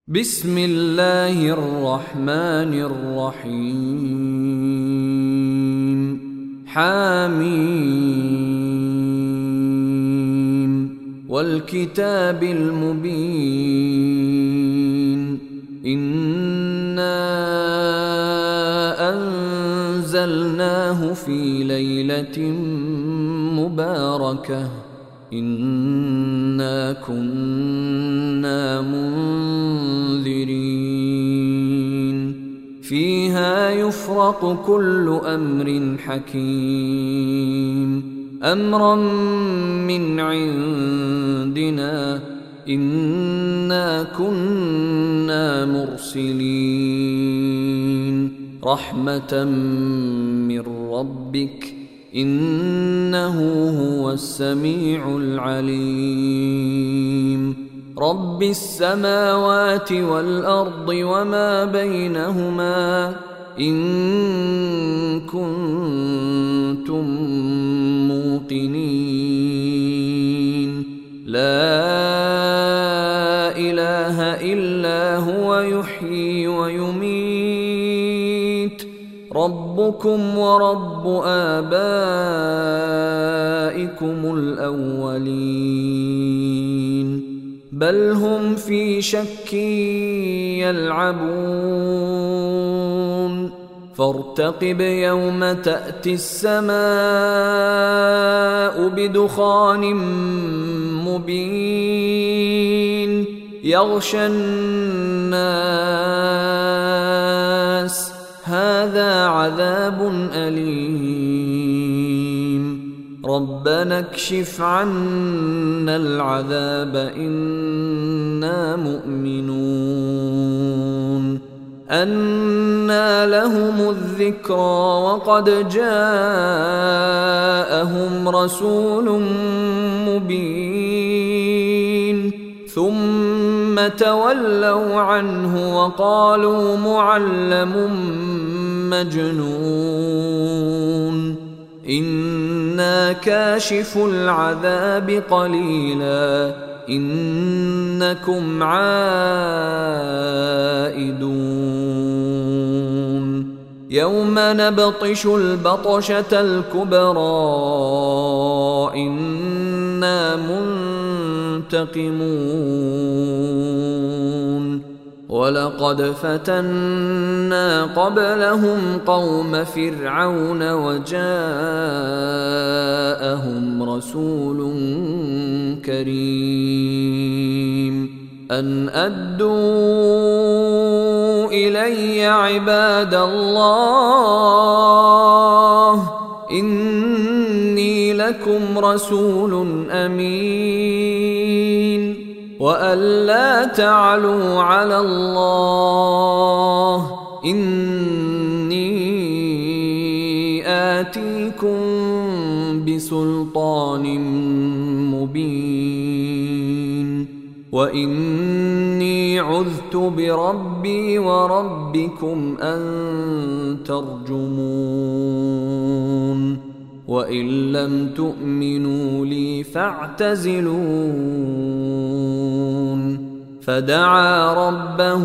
بسم الله الرحمن الرحيم حميم والكتاب المبين إنا أنزلناه في ليلة مباركة إنا كنا منذرين فيها يفرق كل أمر حكيم أمرا من عندنا إنا كنا مرسلين رحمة من ربك إنه هو السميع العليم رب السماوات والأرض وما بينهما إن كنتم موقنين لا إله إلا هو يحيي ويميت ربكم ورب آبائكم الأولين بل هم في شك يلعبون فارتقب يوم تأتي السماء بدخان مبين يغشى الناس هذا عذاب أليم ربنا اكشف عنا العذاب إنا مؤمنون أنى لهم الذكرى وقد جاءهم رسول مبين ثم تولوا عنه وقالوا معلم مجنون إنا كاشف العذاب قليلا إنكم عائدون يوم نبطش البطشة الكبرى إنا منتقمون ولقد فتنا قبلهم قوم فرعون وجاءهم رسول كريم أن أدوا إلي عباد الله إني لكم رسول أمين وأن لا تعلوا على الله إني آتيكم بسلطان مبين وإني عذت بربي وربكم أن ترجمون وإن لم تؤمنوا لي فاعتزلون فدعا ربه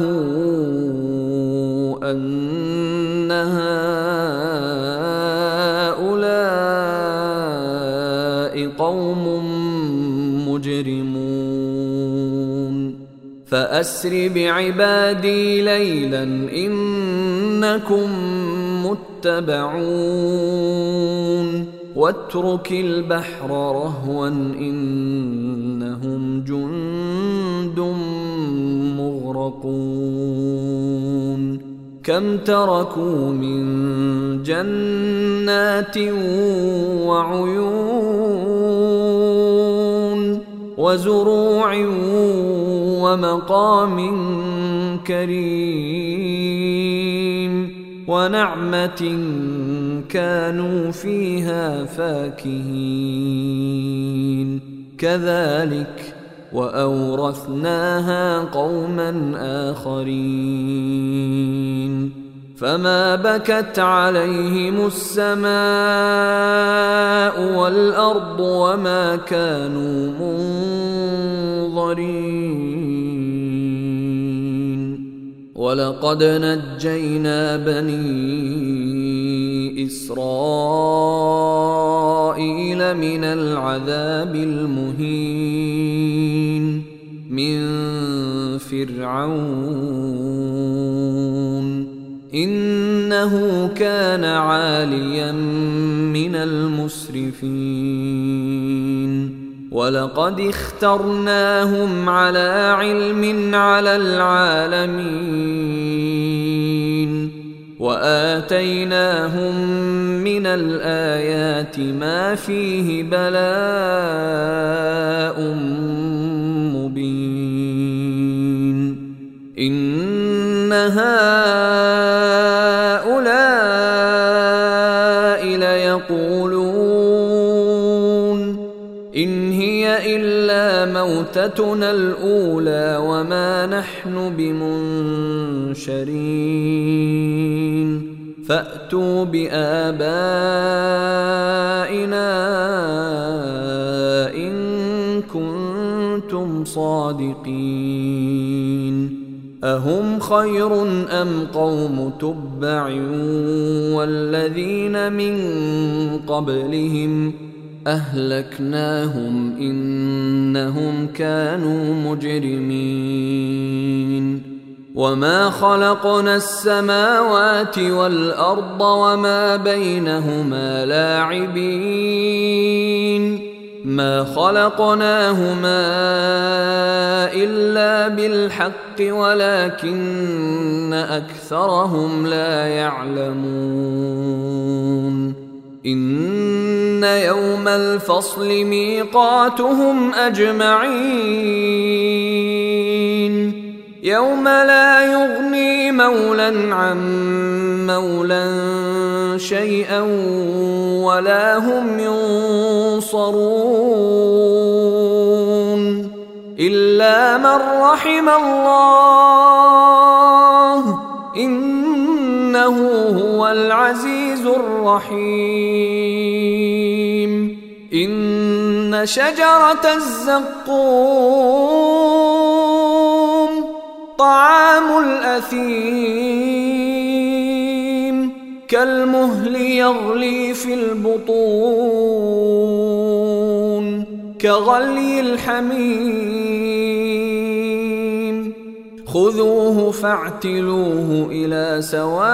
أن هؤلاء قوم مجرمون فأسر بعبادي ليلا إنكم متبعون واترك البحر رهوا إنهم جند مغرقون كم تركوا من جنات وعيون وزروع ومقام كريم ونعمة كانوا فيها فاكهين كذلك وأورثناها قوما آخرين فما بكت عليهم السماء والأرض وما كانوا منظرين ولقد نجينا بني إسرائيل من العذاب المهين من فرعون إنه كان عاليا من المسرفين ولقد اخترناهم على علم على العالمين وآتيناهم من الآيات ما فيه بلاء مبين إن هؤلاء ليقولون إن هي إلا موتتنا الأولى وما نحن بمنشرين فأتوا بآبائنا إن كنتم صادقين أهم خير أم قوم تبع والذين من قبلهم أهلكناهم إنهم كانوا مجرمين وما خلقنا السماوات والأرض وما بينهما لاعبين ما خلقناهما إلا بالحق ولكن أكثرهم لا يعلمون إن يوم الفصل ميقاتهم أجمعين يوم لا يغني مولى عن مولى شيئا ولا هم ينصرون إلا من رحم الله إنه هو العزيز الرحيم إن شجرة الزقوم طعام الأثيم كالمهل يغلي في البطون كغلي الحميم خذوه فاعتلوه إلى سواء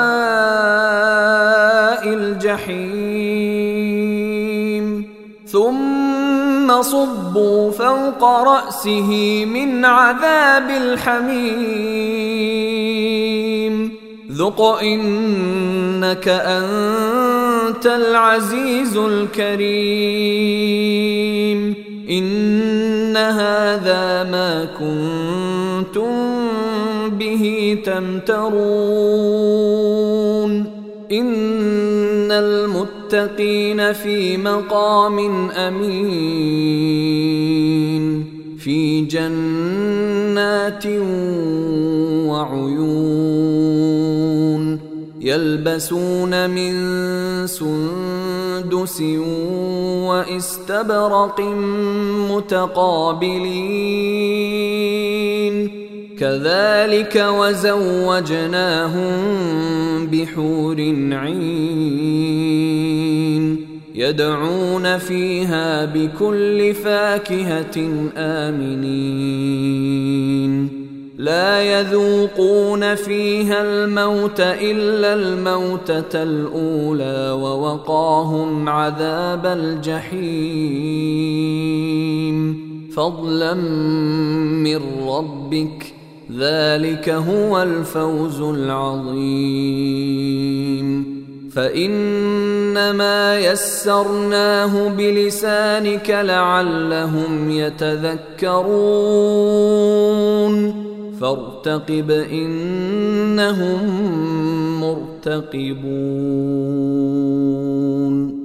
الجحيم ثم صبوا فوق رأسه من عذاب الحميم ذق إنك أنت العزيز الكريم إن هذا ما كنتم به تمترون إن المتقين في مقام أمين في جنات وعيون يلبسون من سندس واستبرق متقابلين كذلك وزوجناهم بحور عين يدعون فيها بكل فاكهة آمنين لا يذوقون فيها الموت إلا الموتة الأولى ووقاهم عذاب الجحيم فضلا من ربك ذلك هو الفوز العظيم فإنما يسرناه بلسانك لعلهم يتذكرون فارتقب إنهم مرتقبون